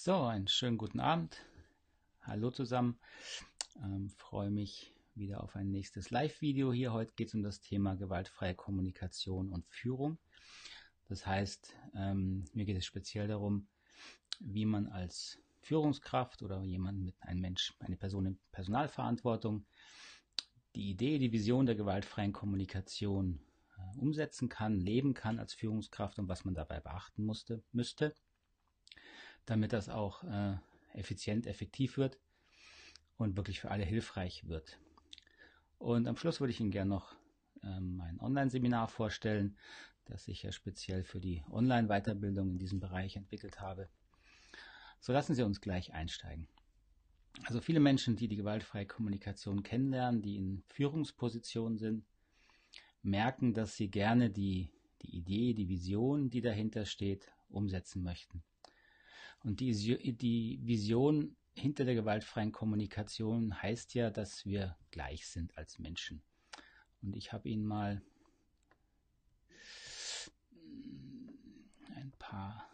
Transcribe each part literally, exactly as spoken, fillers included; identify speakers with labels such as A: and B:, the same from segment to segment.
A: So, einen schönen guten Abend. Hallo zusammen. Ähm, freue mich wieder auf ein nächstes Live-Video hier. Heute geht es um das Thema gewaltfreie Kommunikation und Führung. Das heißt, ähm, mir geht es speziell darum, wie man als Führungskraft oder jemand mit einem Mensch, eine Person in Personalverantwortung, die Idee, die Vision der gewaltfreien Kommunikation äh, umsetzen kann, leben kann als Führungskraft und was man dabei beachten musste, müsste, damit das auch äh, effizient, effektiv wird und wirklich für alle hilfreich wird. Und am Schluss würde ich Ihnen gerne noch ähm, ein Online-Seminar vorstellen, das ich ja speziell für die Online-Weiterbildung in diesem Bereich entwickelt habe. So, lassen Sie uns gleich einsteigen. Also viele Menschen, die die gewaltfreie Kommunikation kennenlernen, die in Führungspositionen sind, merken, dass sie gerne die, die Idee, die Vision, die dahinter steht, umsetzen möchten. Und die, die Vision hinter der gewaltfreien Kommunikation heißt ja, dass wir gleich sind als Menschen. Und ich habe Ihnen mal ein paar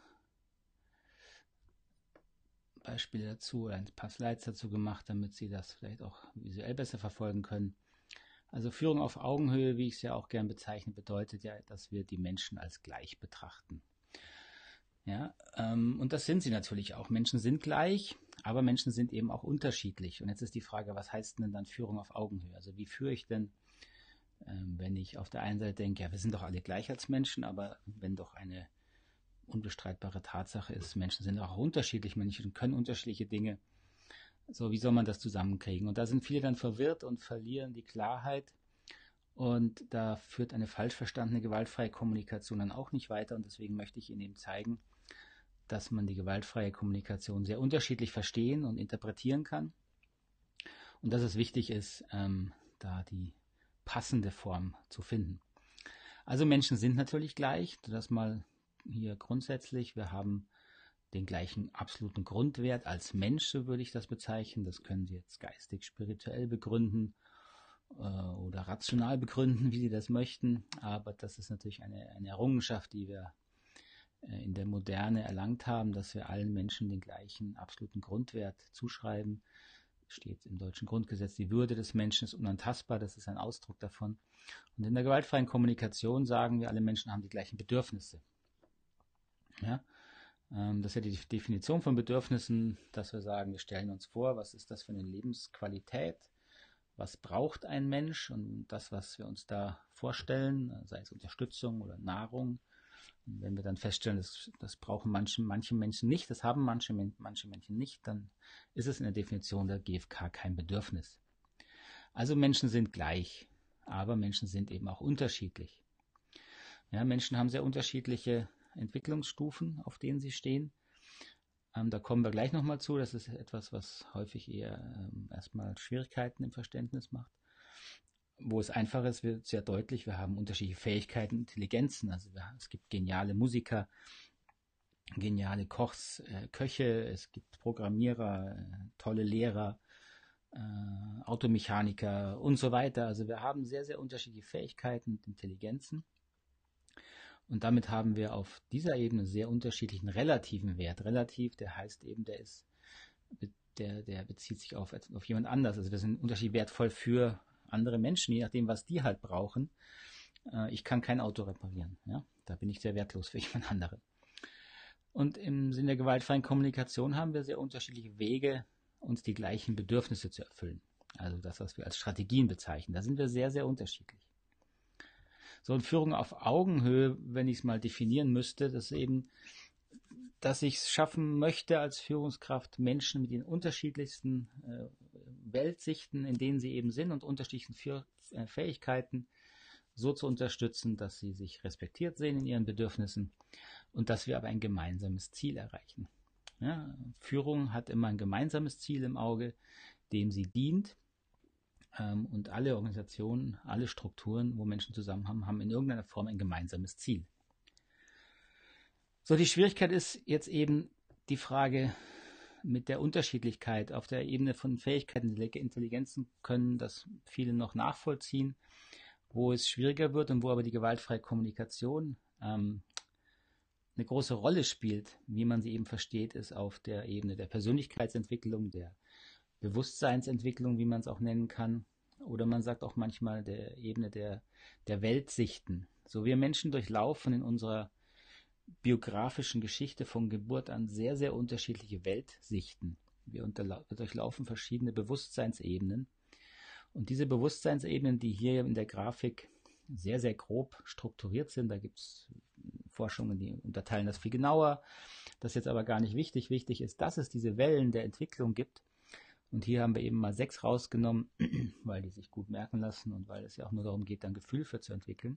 A: Beispiele dazu, ein paar Slides dazu gemacht, damit Sie das vielleicht auch visuell besser verfolgen können. Also Führung auf Augenhöhe, wie ich es ja auch gern bezeichne, bedeutet ja, dass wir die Menschen als gleich betrachten. Ja, ähm, und das sind sie natürlich auch. Menschen sind gleich, aber Menschen sind eben auch unterschiedlich. Und jetzt ist die Frage, was heißt denn dann Führung auf Augenhöhe? Also wie führe ich denn, ähm, wenn ich auf der einen Seite denke, ja, wir sind doch alle gleich als Menschen, aber wenn doch eine unbestreitbare Tatsache ist, Menschen sind auch unterschiedlich, Menschen können unterschiedliche Dinge. So, wie soll man das zusammenkriegen? Und da sind viele dann verwirrt und verlieren die Klarheit. Und da führt eine falsch verstandene gewaltfreie Kommunikation dann auch nicht weiter. Und deswegen möchte ich Ihnen eben zeigen, dass man die gewaltfreie Kommunikation sehr unterschiedlich verstehen und interpretieren kann. Und dass es wichtig ist, ähm, da die passende Form zu finden. Also Menschen sind natürlich gleich, das mal hier grundsätzlich. Wir haben den gleichen absoluten Grundwert als Mensch, so würde ich das bezeichnen. Das können Sie jetzt geistig, spirituell begründen äh, oder rational begründen, wie Sie das möchten. Aber das ist natürlich eine, eine Errungenschaft, die wir äh, in der Moderne erlangt haben, dass wir allen Menschen den gleichen absoluten Grundwert zuschreiben. Steht im deutschen Grundgesetz, die Würde des Menschen ist unantastbar, das ist ein Ausdruck davon. Und in der gewaltfreien Kommunikation sagen wir, alle Menschen haben die gleichen Bedürfnisse. Ja? Das ist ja die Definition von Bedürfnissen, dass wir sagen, wir stellen uns vor, was ist das für eine Lebensqualität, was braucht ein Mensch, und das, was wir uns da vorstellen, sei es Unterstützung oder Nahrung. Und wenn wir dann feststellen, das, das brauchen manche, manche Menschen nicht, das haben manche, manche Menschen nicht, dann ist es in der Definition der G f K kein Bedürfnis. Also Menschen sind gleich, aber Menschen sind eben auch unterschiedlich. Ja, Menschen haben sehr unterschiedliche Entwicklungsstufen, auf denen sie stehen. Ähm, da kommen wir gleich nochmal zu. Das ist etwas, was häufig eher ähm, erstmal Schwierigkeiten im Verständnis macht. Wo es einfach ist, wird sehr deutlich, wir haben unterschiedliche Fähigkeiten, Intelligenzen. Also wir, es gibt geniale Musiker, geniale Kochs, äh, Köche, es gibt Programmierer, äh, tolle Lehrer, äh, Automechaniker und so weiter. Also wir haben sehr, sehr unterschiedliche Fähigkeiten und Intelligenzen. Und damit haben wir auf dieser Ebene sehr unterschiedlichen relativen Wert. Relativ, der heißt eben, der ist, der, der bezieht sich auf, auf jemand anders. Also wir sind unterschiedlich wertvoll für andere Menschen, je nachdem, was die halt brauchen. Äh, ich kann kein Auto reparieren. Ja? Da bin ich sehr wertlos für jemand anderen. Und im Sinne der gewaltfreien Kommunikation haben wir sehr unterschiedliche Wege, uns die gleichen Bedürfnisse zu erfüllen. Also das, was wir als Strategien bezeichnen. Da sind wir sehr, sehr unterschiedlich. So, und Führung auf Augenhöhe, wenn ich es mal definieren müsste, das ist eben, dass ich es schaffen möchte als Führungskraft, Menschen mit den unterschiedlichsten äh, Weltsichten, in denen sie eben sind und unterschiedlichen Für äh, Fähigkeiten so zu unterstützen, dass sie sich respektiert sehen in ihren Bedürfnissen und dass wir aber ein gemeinsames Ziel erreichen. Ja, Führung hat immer ein gemeinsames Ziel im Auge, dem sie dient. Und alle Organisationen, alle Strukturen, wo Menschen zusammen haben, haben in irgendeiner Form ein gemeinsames Ziel. So, die Schwierigkeit ist jetzt eben die Frage mit der Unterschiedlichkeit. Auf der Ebene von Fähigkeiten, Intelligenzen können das viele noch nachvollziehen, wo es schwieriger wird und wo aber die gewaltfreie Kommunikation ähm, eine große Rolle spielt, wie man sie eben versteht, ist auf der Ebene der Persönlichkeitsentwicklung, der Bewusstseinsentwicklung, wie man es auch nennen kann. Oder man sagt auch manchmal der Ebene der, der Weltsichten. So, wir Menschen durchlaufen in unserer biografischen Geschichte von Geburt an sehr, sehr unterschiedliche Weltsichten. Wir, wir durchlaufen verschiedene Bewusstseinsebenen. Und diese Bewusstseinsebenen, die hier in der Grafik sehr, sehr grob strukturiert sind, da gibt es Forschungen, die unterteilen das viel genauer. Das ist jetzt aber gar nicht wichtig. Wichtig ist, dass es diese Wellen der Entwicklung gibt. Und hier haben wir eben mal sechs rausgenommen, weil die sich gut merken lassen und weil es ja auch nur darum geht, ein Gefühl für zu entwickeln.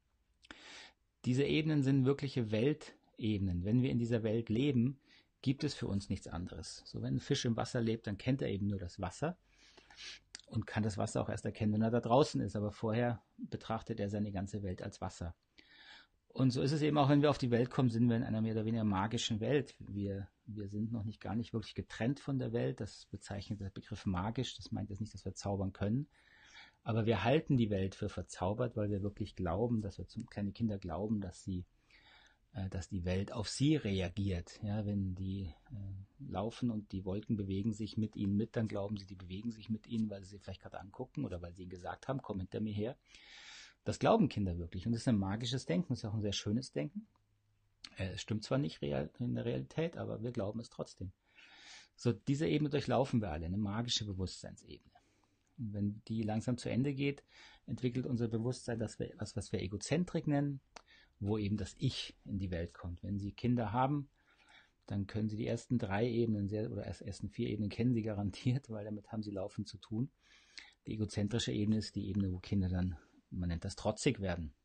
A: Diese Ebenen sind wirkliche Weltebenen. Wenn wir in dieser Welt leben, gibt es für uns nichts anderes. So, wenn ein Fisch im Wasser lebt, dann kennt er eben nur das Wasser und kann das Wasser auch erst erkennen, wenn er da draußen ist. Aber vorher betrachtet er seine ganze Welt als Wasser. Und so ist es eben auch, wenn wir auf die Welt kommen, sind wir in einer mehr oder weniger magischen Welt. Wir, wir sind noch nicht gar nicht wirklich getrennt von der Welt. Das bezeichnet der Begriff magisch. Das meint jetzt nicht, dass wir zaubern können. Aber wir halten die Welt für verzaubert, weil wir wirklich glauben, dass wir zum kleine Kinder glauben, dass sie, äh, dass die Welt auf sie reagiert. Ja, wenn die äh, laufen und die Wolken bewegen sich mit ihnen mit, dann glauben sie, die bewegen sich mit ihnen, weil sie sie vielleicht gerade angucken oder weil sie ihnen gesagt haben, komm hinter mir her. Das glauben Kinder wirklich. Und das ist ein magisches Denken, das ist auch ein sehr schönes Denken. Es stimmt zwar nicht real, in der Realität, aber wir glauben es trotzdem. So, diese Ebene durchlaufen wir alle, eine magische Bewusstseinsebene. Und wenn die langsam zu Ende geht, entwickelt unser Bewusstsein das, was, was wir Egozentrik nennen, wo eben das Ich in die Welt kommt. Wenn Sie Kinder haben, dann können Sie die ersten drei Ebenen, sehr, oder erst ersten vier Ebenen kennen Sie garantiert, weil damit haben Sie laufend zu tun. Die egozentrische Ebene ist die Ebene, wo Kinder dann, man nennt das trotzig werden,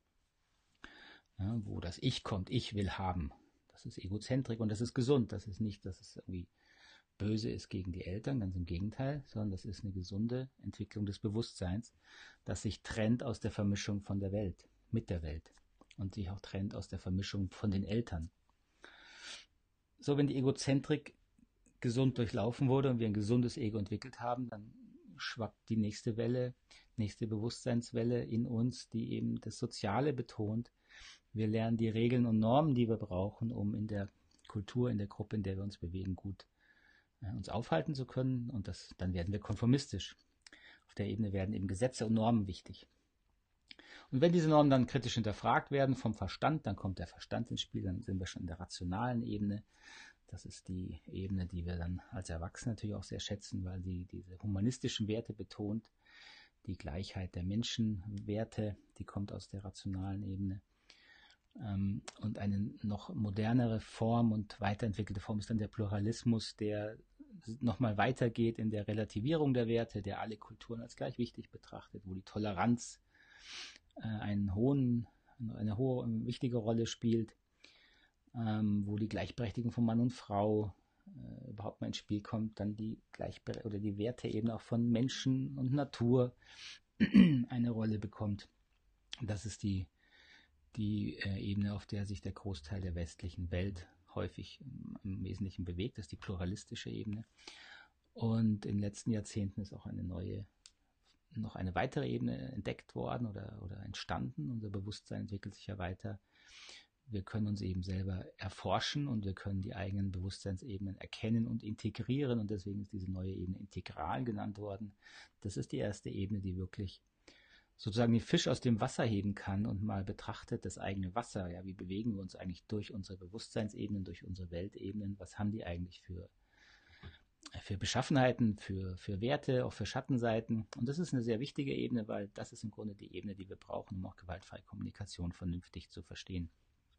A: ja, wo das Ich kommt, ich will haben. Das ist Egozentrik und das ist gesund. Das ist nicht, dass es irgendwie böse ist gegen die Eltern, ganz im Gegenteil, sondern das ist eine gesunde Entwicklung des Bewusstseins, das sich trennt aus der Vermischung von der Welt, mit der Welt und sich auch trennt aus der Vermischung von den Eltern. So, wenn die Egozentrik gesund durchlaufen wurde und wir ein gesundes Ego entwickelt haben, dann schwappt die nächste Welle, nächste Bewusstseinswelle in uns, die eben das Soziale betont. Wir lernen die Regeln und Normen, die wir brauchen, um in der Kultur, in der Gruppe, in der wir uns bewegen, gut äh, uns aufhalten zu können. Und das, dann werden wir konformistisch. Auf der Ebene werden eben Gesetze und Normen wichtig. Und wenn diese Normen dann kritisch hinterfragt werden vom Verstand, dann kommt der Verstand ins Spiel, dann sind wir schon in der rationalen Ebene. Das ist die Ebene, die wir dann als Erwachsene natürlich auch sehr schätzen, weil sie diese humanistischen Werte betont. Die Gleichheit der Menschenwerte, die kommt aus der rationalen Ebene. Und eine noch modernere Form und weiterentwickelte Form ist dann der Pluralismus, der nochmal weitergeht in der Relativierung der Werte, der alle Kulturen als gleich wichtig betrachtet, wo die Toleranz einen hohen, eine hohe, wichtige Rolle spielt. Ähm, wo die Gleichberechtigung von Mann und Frau äh, überhaupt mal ins Spiel kommt, dann die Gleichber- oder die Werte eben auch von Menschen und Natur eine Rolle bekommt. Das ist die, die äh, Ebene, auf der sich der Großteil der westlichen Welt häufig im, im Wesentlichen bewegt. Das ist die pluralistische Ebene. Und in den letzten Jahrzehnten ist auch eine neue, noch eine weitere Ebene entdeckt worden oder, oder entstanden. Unser Bewusstsein entwickelt sich ja weiter. Wir können uns eben selber erforschen und wir können die eigenen Bewusstseinsebenen erkennen und integrieren und deswegen ist diese neue Ebene integral genannt worden. Das ist die erste Ebene, die wirklich sozusagen den Fisch aus dem Wasser heben kann und mal betrachtet das eigene Wasser. Ja, wie bewegen wir uns eigentlich durch unsere Bewusstseinsebenen, durch unsere Weltebenen? Was haben die eigentlich für, für Beschaffenheiten, für, für Werte, auch für Schattenseiten? Und das ist eine sehr wichtige Ebene, weil das ist im Grunde die Ebene, die wir brauchen, um auch gewaltfreie Kommunikation vernünftig zu verstehen.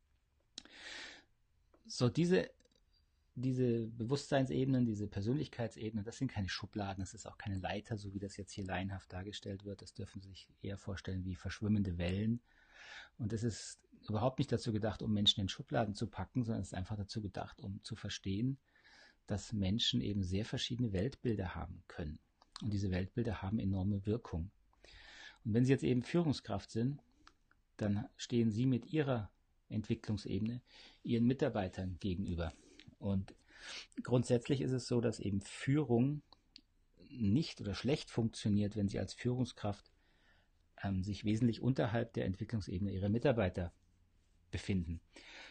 A: So, diese, diese Bewusstseinsebenen, diese Persönlichkeitsebenen, das sind keine Schubladen, das ist auch keine Leiter, so wie das jetzt hier laienhaft dargestellt wird. Das dürfen Sie sich eher vorstellen wie verschwimmende Wellen. Und es ist überhaupt nicht dazu gedacht, um Menschen in Schubladen zu packen, sondern es ist einfach dazu gedacht, um zu verstehen, dass Menschen eben sehr verschiedene Weltbilder haben können. Und diese Weltbilder haben enorme Wirkung. Und wenn Sie jetzt eben Führungskraft sind, dann stehen Sie mit Ihrer Entwicklungsebene Ihren Mitarbeitern gegenüber. Und grundsätzlich ist es so, dass eben Führung nicht oder schlecht funktioniert, wenn Sie als Führungskraft ähm, sich wesentlich unterhalb der Entwicklungsebene Ihrer Mitarbeiter befinden.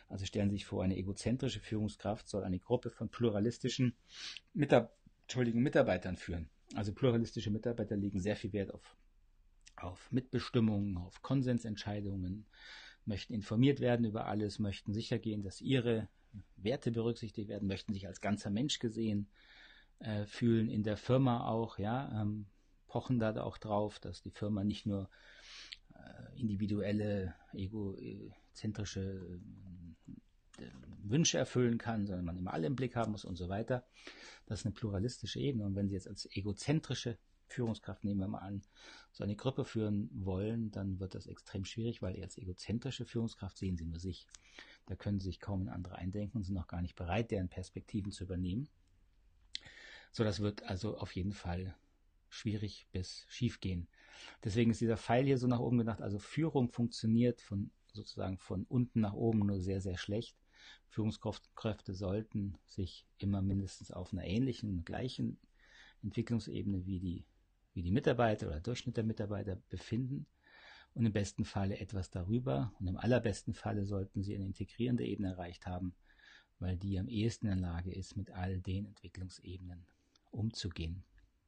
A: Also stellen Sie sich vor, eine egozentrische Führungskraft soll eine Gruppe von pluralistischen Mitab Entschuldigung, Mitarbeitern führen. Also pluralistische Mitarbeiter legen sehr viel Wert auf, auf Mitbestimmung, auf Konsensentscheidungen, möchten informiert werden über alles, möchten sicher gehen, dass ihre Werte berücksichtigt werden, möchten sich als ganzer Mensch gesehen äh, fühlen, in der Firma auch, ja, ähm, pochen da auch drauf, dass die Firma nicht nur äh, individuelle, egozentrische äh, Wünsche erfüllen kann, sondern man immer alle im Blick haben muss und so weiter. Das ist eine pluralistische Ebene. Und wenn Sie jetzt als egozentrische Führungskraft, nehmen wir mal an, so eine Gruppe führen wollen, dann wird das extrem schwierig, weil als egozentrische Führungskraft sehen Sie nur sich. Da können Sie sich kaum in andere eindenken und sind noch gar nicht bereit, deren Perspektiven zu übernehmen. So, das wird also auf jeden Fall schwierig bis schief gehen. Deswegen ist dieser Pfeil hier so nach oben gedacht. Also Führung funktioniert von sozusagen von unten nach oben nur sehr, sehr schlecht. Führungskräfte sollten sich immer mindestens auf einer ähnlichen, gleichen Entwicklungsebene wie die, wie die Mitarbeiter oder Durchschnitt der Mitarbeiter befinden und im besten Falle etwas darüber. Und im allerbesten Falle sollten sie eine integrierende Ebene erreicht haben, weil die am ehesten in der Lage ist, mit all den Entwicklungsebenen umzugehen.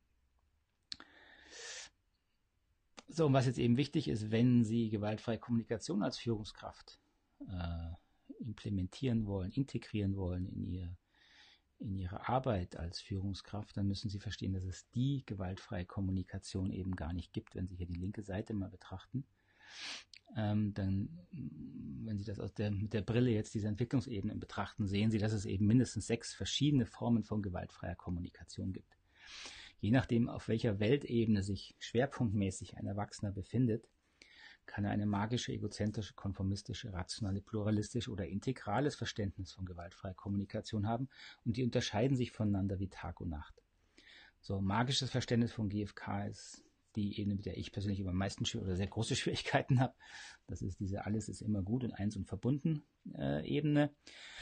A: So, und was jetzt eben wichtig ist, wenn Sie gewaltfreie Kommunikation als Führungskraft äh, implementieren wollen, integrieren wollen in, ihr, in Ihre Arbeit als Führungskraft, dann müssen Sie verstehen, dass es die gewaltfreie Kommunikation eben gar nicht gibt. Wenn Sie hier die linke Seite mal betrachten, ähm, dann, wenn Sie das aus der, mit der Brille jetzt diese Entwicklungsebenen betrachten, sehen Sie, dass es eben mindestens sechs verschiedene Formen von gewaltfreier Kommunikation gibt. Je nachdem, auf welcher Weltebene sich schwerpunktmäßig ein Erwachsener befindet, kann er eine magische, egozentrische, konformistische, rationale, pluralistische oder integrales Verständnis von gewaltfreier Kommunikation haben und die unterscheiden sich voneinander wie Tag und Nacht. So, magisches Verständnis von G F K ist die Ebene, mit der ich persönlich immer am meisten oder sehr große Schwierigkeiten habe. Das ist diese Alles ist immer gut und eins und verbunden äh, Ebene,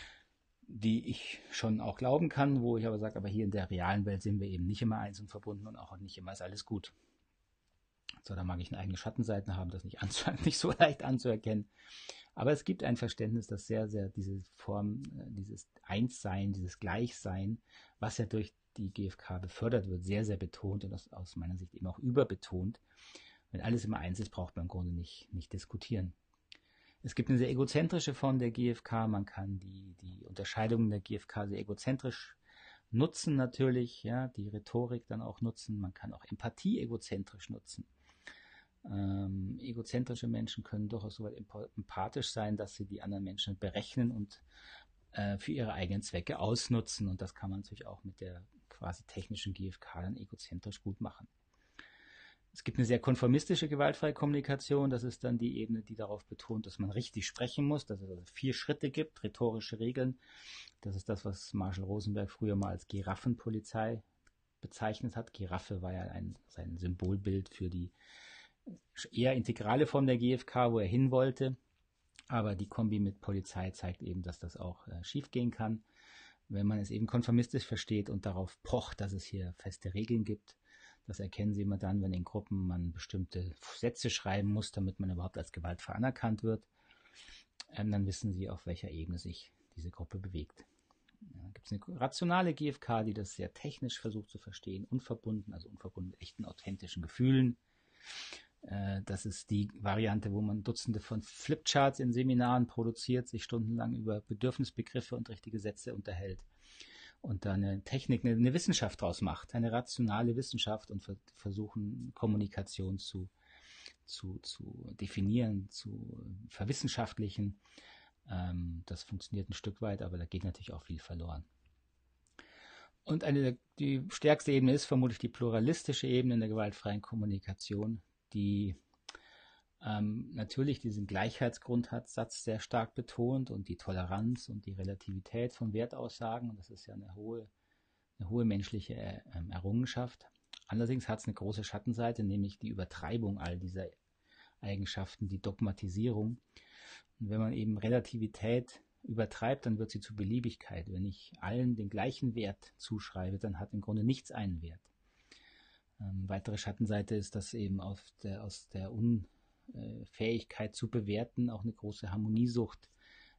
A: die ich schon auch glauben kann, wo ich aber sage, aber hier in der realen Welt sind wir eben nicht immer eins und verbunden und auch nicht immer ist alles gut. So, da mag ich eine eigene Schattenseiten haben, das nicht, nicht so leicht anzuerkennen. Aber es gibt ein Verständnis, das sehr, sehr diese Form, dieses Einssein, dieses Gleichsein, was ja durch die G F K befördert wird, sehr, sehr betont und das aus meiner Sicht eben auch überbetont. Wenn alles immer eins ist, braucht man im Grunde nicht, nicht diskutieren. Es gibt eine sehr egozentrische Form der G F K. Man kann die, die Unterscheidungen der G F K sehr egozentrisch nutzen natürlich, ja, die Rhetorik dann auch nutzen. Man kann auch Empathie egozentrisch nutzen. Ähm, egozentrische Menschen können durchaus so weit empathisch sein, dass sie die anderen Menschen berechnen und äh, für ihre eigenen Zwecke ausnutzen. Und das kann man natürlich auch mit der quasi technischen G F K dann egozentrisch gut machen. Es gibt eine sehr konformistische gewaltfreie Kommunikation. Das ist dann die Ebene, die darauf betont, dass man richtig sprechen muss, dass es also vier Schritte gibt, rhetorische Regeln. Das ist das, was Marshall Rosenberg früher mal als Giraffenpolizei bezeichnet hat. Giraffe war ja ein, sein Symbolbild für die eher integrale Form der G F K, wo er hin wollte. Aber die Kombi mit Polizei zeigt eben, dass das auch äh, schiefgehen kann, wenn man es eben konformistisch versteht und darauf pocht, dass es hier feste Regeln gibt. Das erkennen Sie immer dann, wenn in Gruppen man bestimmte Sätze schreiben muss, damit man überhaupt als gewaltfrei anerkannt wird. Ähm, dann wissen Sie, auf welcher Ebene sich diese Gruppe bewegt. Ja, dann gibt es eine rationale G F K, die das sehr technisch versucht zu verstehen, unverbunden, also unverbunden mit echten, authentischen Gefühlen. Äh, das ist die Variante, wo man Dutzende von Flipcharts in Seminaren produziert, sich stundenlang über Bedürfnisbegriffe und richtige Sätze unterhält und da eine Technik, eine, eine Wissenschaft draus macht, eine rationale Wissenschaft und ver versuchen, Kommunikation zu, zu, zu definieren, zu verwissenschaftlichen. Ähm, das funktioniert ein Stück weit, aber da geht natürlich auch viel verloren. Und eine, die stärkste Ebene ist vermutlich die pluralistische Ebene in der gewaltfreien Kommunikation, die ähm, natürlich diesen Gleichheitsgrundsatz sehr stark betont und die Toleranz und die Relativität von Wertaussagen. Und das ist ja eine hohe, eine hohe menschliche äh, Errungenschaft. Allerdings hat es eine große Schattenseite, nämlich die Übertreibung all dieser Eigenschaften, die Dogmatisierung. Und wenn man eben Relativität übertreibt, dann wird sie zu Beliebigkeit. Wenn ich allen den gleichen Wert zuschreibe, dann hat im Grunde nichts einen Wert. Ähm, weitere Schattenseite ist, dass eben auf der, aus der Unfähigkeit zu bewerten auch eine große Harmoniesucht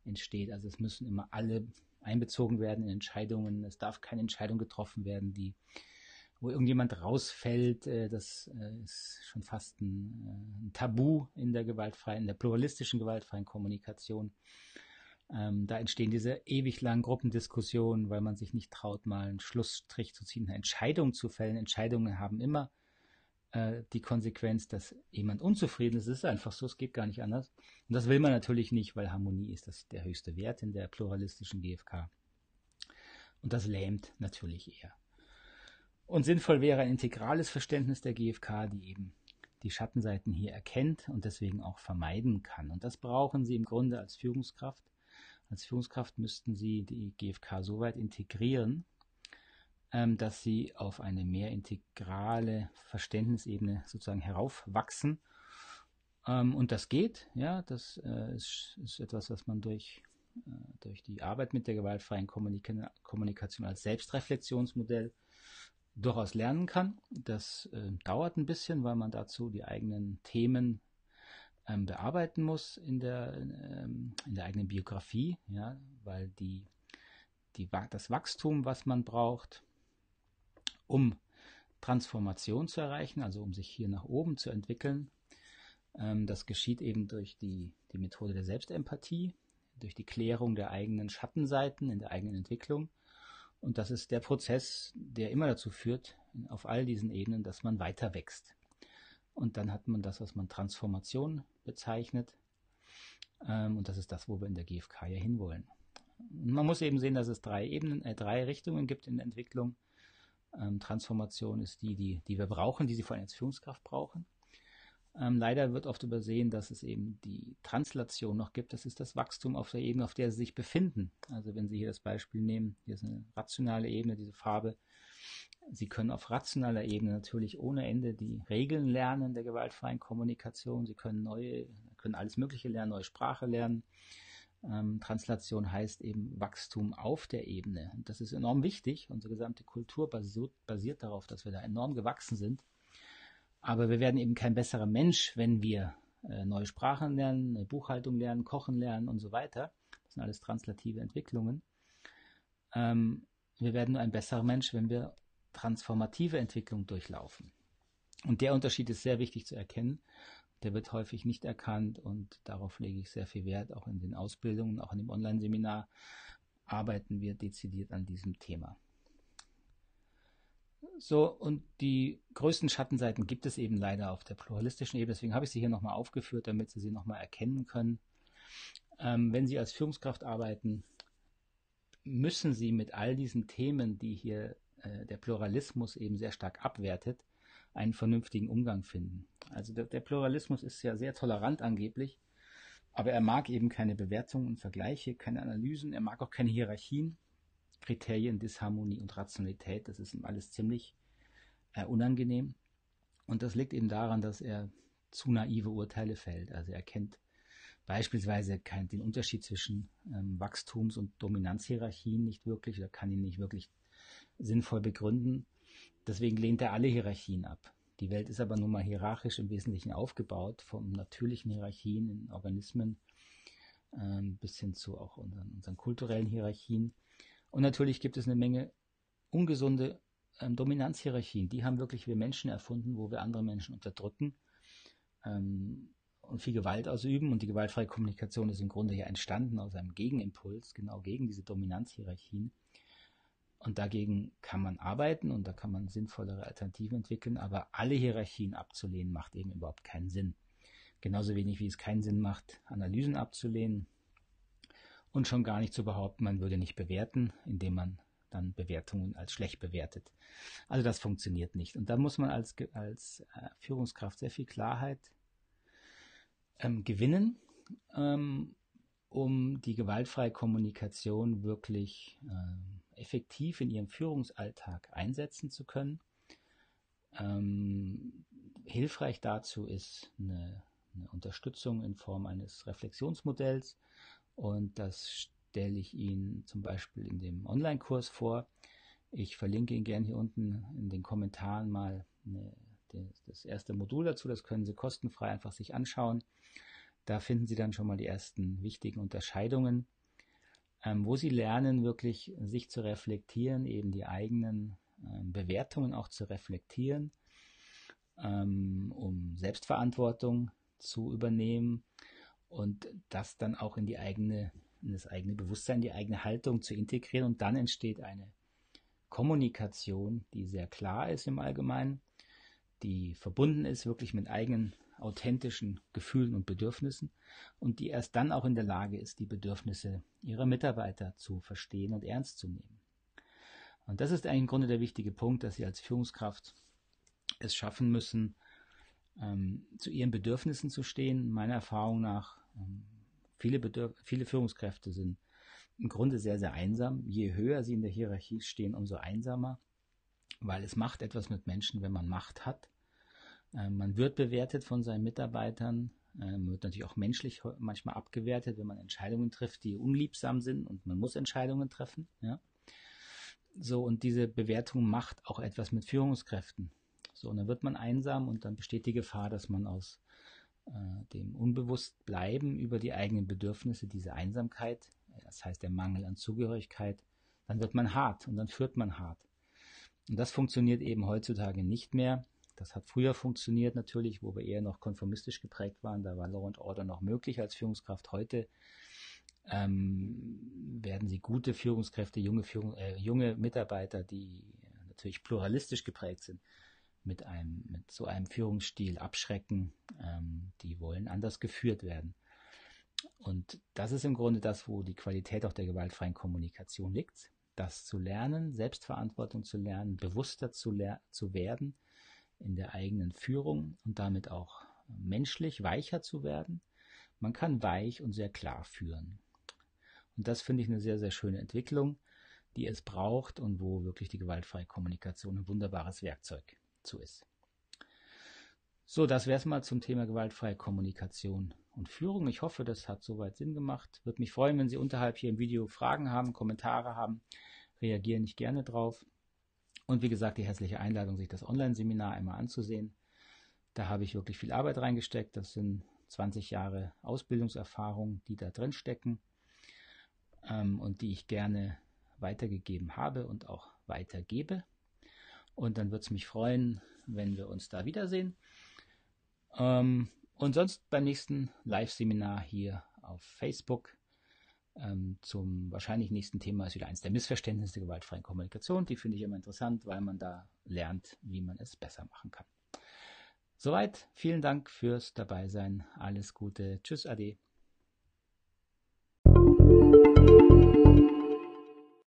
A: entsteht. Also es müssen immer alle einbezogen werden in Entscheidungen. Es darf keine Entscheidung getroffen werden, die wo irgendjemand rausfällt. Das ist schon fast ein, ein Tabu in der gewaltfreien, in der pluralistischen gewaltfreien Kommunikation. Ähm, da entstehen diese ewig langen Gruppendiskussionen, weil man sich nicht traut, mal einen Schlussstrich zu ziehen, eine Entscheidung zu fällen. Entscheidungen haben immer äh, die Konsequenz, dass jemand unzufrieden ist. Es ist einfach so, es geht gar nicht anders. Und das will man natürlich nicht, weil Harmonie ist das der höchste Wert in der pluralistischen G F K. Und das lähmt natürlich eher. Und sinnvoll wäre ein integrales Verständnis der G F K, die eben die Schattenseiten hier erkennt und deswegen auch vermeiden kann. Und das brauchen Sie im Grunde als Führungskraft. Als Führungskraft müssten Sie die G F K so weit integrieren, ähm, dass Sie auf eine mehr integrale Verständnisebene sozusagen heraufwachsen. Ähm, und das geht, ja, das äh, ist, ist etwas, was man durch, äh, durch die Arbeit mit der gewaltfreien Kommunika- Kommunikation als Selbstreflexionsmodell durchaus lernen kann. Das äh, dauert ein bisschen, weil man dazu die eigenen Themen ähm, bearbeiten muss in der, ähm, in der eigenen Biografie, ja, weil die, die, das Wachstum, was man braucht, um Transformation zu erreichen, also um sich hier nach oben zu entwickeln, ähm, das geschieht eben durch die, die Methode der Selbstempathie, durch die Klärung der eigenen Schattenseiten in der eigenen Entwicklung. Und das ist der Prozess, der immer dazu führt, auf all diesen Ebenen, dass man weiter wächst. Und dann hat man das, was man Transformation bezeichnet. Ähm, und das ist das, wo wir in der G F K ja hinwollen. Und man muss eben sehen, dass es drei Ebenen, äh, drei Richtungen gibt in der Entwicklung. Ähm, Transformation ist die, die, die wir brauchen, die Sie vor allem als Führungskraft brauchen. Ähm, leider wird oft übersehen, dass es eben die Translation noch gibt. Das ist das Wachstum auf der Ebene, auf der Sie sich befinden. Also wenn Sie hier das Beispiel nehmen, hier ist eine rationale Ebene, diese Farbe. Sie können auf rationaler Ebene natürlich ohne Ende die Regeln lernen der gewaltfreien Kommunikation. Sie können neue, können alles Mögliche lernen, neue Sprache lernen. Ähm, Translation heißt eben Wachstum auf der Ebene. Und das ist enorm wichtig. Unsere gesamte Kultur basiert, basiert darauf, dass wir da enorm gewachsen sind. Aber wir werden eben kein besserer Mensch, wenn wir äh, neue Sprachen lernen, eine Buchhaltung lernen, Kochen lernen und so weiter. Das sind alles translative Entwicklungen. Ähm, wir werden nur ein besserer Mensch, wenn wir transformative Entwicklung durchlaufen. Und der Unterschied ist sehr wichtig zu erkennen. Der wird häufig nicht erkannt und darauf lege ich sehr viel Wert. Auch in den Ausbildungen, auch in dem Online-Seminar arbeiten wir dezidiert an diesem Thema. So, und die größten Schattenseiten gibt es eben leider auf der pluralistischen Ebene. Deswegen habe ich sie hier nochmal aufgeführt, damit Sie sie nochmal erkennen können. Ähm, wenn Sie als Führungskraft arbeiten, müssen Sie mit all diesen Themen, die hier äh, der Pluralismus eben sehr stark abwertet, einen vernünftigen Umgang finden. Also der, der Pluralismus ist ja sehr tolerant angeblich, aber er mag eben keine Bewertungen und Vergleiche, keine Analysen, er mag auch keine Hierarchien, Kriterien, Disharmonie und Rationalität. Das ist ihm alles ziemlich äh, unangenehm. Und das liegt eben daran, dass er zu naive Urteile fällt. Also er kennt beispielsweise kein, den Unterschied zwischen ähm, Wachstums- und Dominanzhierarchien nicht wirklich oder kann ihn nicht wirklich sinnvoll begründen. Deswegen lehnt er alle Hierarchien ab. Die Welt ist aber nun mal hierarchisch im Wesentlichen aufgebaut, von natürlichen Hierarchien in Organismen ähm, bis hin zu auch unseren, unseren kulturellen Hierarchien. Und natürlich gibt es eine Menge ungesunde ähm, Dominanzhierarchien. Die haben wirklich wir Menschen erfunden, wo wir andere Menschen unterdrücken ähm, und viel Gewalt ausüben. Und die gewaltfreie Kommunikation ist im Grunde ja entstanden aus einem Gegenimpuls, genau gegen diese Dominanzhierarchien. Und dagegen kann man arbeiten und da kann man sinnvollere Alternativen entwickeln, aber alle Hierarchien abzulehnen macht eben überhaupt keinen Sinn. Genauso wenig wie es keinen Sinn macht, Analysen abzulehnen und schon gar nicht zu behaupten, man würde nicht bewerten, indem man dann Bewertungen als schlecht bewertet. Also das funktioniert nicht. Und da muss man als, als äh, Führungskraft sehr viel Klarheit ähm, gewinnen, ähm, um die gewaltfreie Kommunikation wirklich äh, effektiv in ihrem Führungsalltag einsetzen zu können. Ähm, hilfreich dazu ist eine, eine Unterstützung in Form eines Reflexionsmodells und das stelle ich Ihnen zum Beispiel in dem Online-Kurs vor. Ich verlinke Ihnen gerne hier unten in den Kommentaren mal eine, das erste Modul dazu, das können Sie kostenfrei einfach sich anschauen. Da finden Sie dann schon mal die ersten wichtigen Unterscheidungen, ähm, wo Sie lernen, wirklich sich zu reflektieren, eben die eigenen ähm, Bewertungen auch zu reflektieren, ähm, um Selbstverantwortung zu übernehmen und das dann auch in die eigene, in das eigene Bewusstsein, die eigene Haltung zu integrieren. Und dann entsteht eine Kommunikation, die sehr klar ist im Allgemeinen, die verbunden ist wirklich mit eigenen authentischen Gefühlen und Bedürfnissen und die erst dann auch in der Lage ist, die Bedürfnisse ihrer Mitarbeiter zu verstehen und ernst zu nehmen. Und das ist eigentlich im Grunde der wichtige Punkt, dass Sie als Führungskraft es schaffen müssen, ähm, zu Ihren Bedürfnissen zu stehen. Meiner Erfahrung nach, ähm, viele, Bedürf- viele Führungskräfte sind im Grunde sehr, sehr einsam. Je höher sie in der Hierarchie stehen, umso einsamer, weil es macht etwas mit Menschen, wenn man Macht hat. Äh, man wird bewertet von seinen Mitarbeitern, äh, man wird natürlich auch menschlich manchmal abgewertet, wenn man Entscheidungen trifft, die unliebsam sind und man muss Entscheidungen treffen. Ja? So, und diese Bewertung macht auch etwas mit Führungskräften. So, und dann wird man einsam und dann besteht die Gefahr, dass man aus äh, dem Unbewusstbleiben über die eigenen Bedürfnisse, diese Einsamkeit, das heißt der Mangel an Zugehörigkeit, dann wird man hart und dann führt man hart. Und das funktioniert eben heutzutage nicht mehr. Das hat früher funktioniert natürlich, wo wir eher noch konformistisch geprägt waren. Da war Law and Order noch möglich als Führungskraft. Heute ähm, werden Sie gute Führungskräfte, junge, Führung, äh, junge Mitarbeiter, die natürlich pluralistisch geprägt sind, mit einem mit so einem Führungsstil abschrecken. Ähm, die wollen anders geführt werden. Und das ist im Grunde das, wo die Qualität auch der gewaltfreien Kommunikation liegt. Das zu lernen, Selbstverantwortung zu lernen, bewusster zu, ler- zu werden in der eigenen Führung und damit auch menschlich weicher zu werden. Man kann weich und sehr klar führen. Und das finde ich eine sehr, sehr schöne Entwicklung, die es braucht und wo wirklich die gewaltfreie Kommunikation ein wunderbares Werkzeug zu ist. So, das wäre es mal zum Thema gewaltfreie Kommunikation und Führung. Ich hoffe, das hat soweit Sinn gemacht. Würde mich freuen, wenn Sie unterhalb hier im Video Fragen haben, Kommentare haben. Reagiere ich gerne drauf. Und wie gesagt, die herzliche Einladung, sich das Online-Seminar einmal anzusehen. Da habe ich wirklich viel Arbeit reingesteckt. Das sind zwanzig Jahre Ausbildungserfahrung, die da drin stecken ähm, und die ich gerne weitergegeben habe und auch weitergebe. Und dann würde es mich freuen, wenn wir uns da wiedersehen. Ähm, und sonst beim nächsten Live-Seminar hier auf Facebook ähm, zum wahrscheinlich nächsten Thema ist wieder eins der Missverständnisse der gewaltfreien Kommunikation. Die finde ich immer interessant, weil man da lernt, wie man es besser machen kann. Soweit, vielen Dank fürs Dabeisein. Alles Gute. Tschüss, Ade.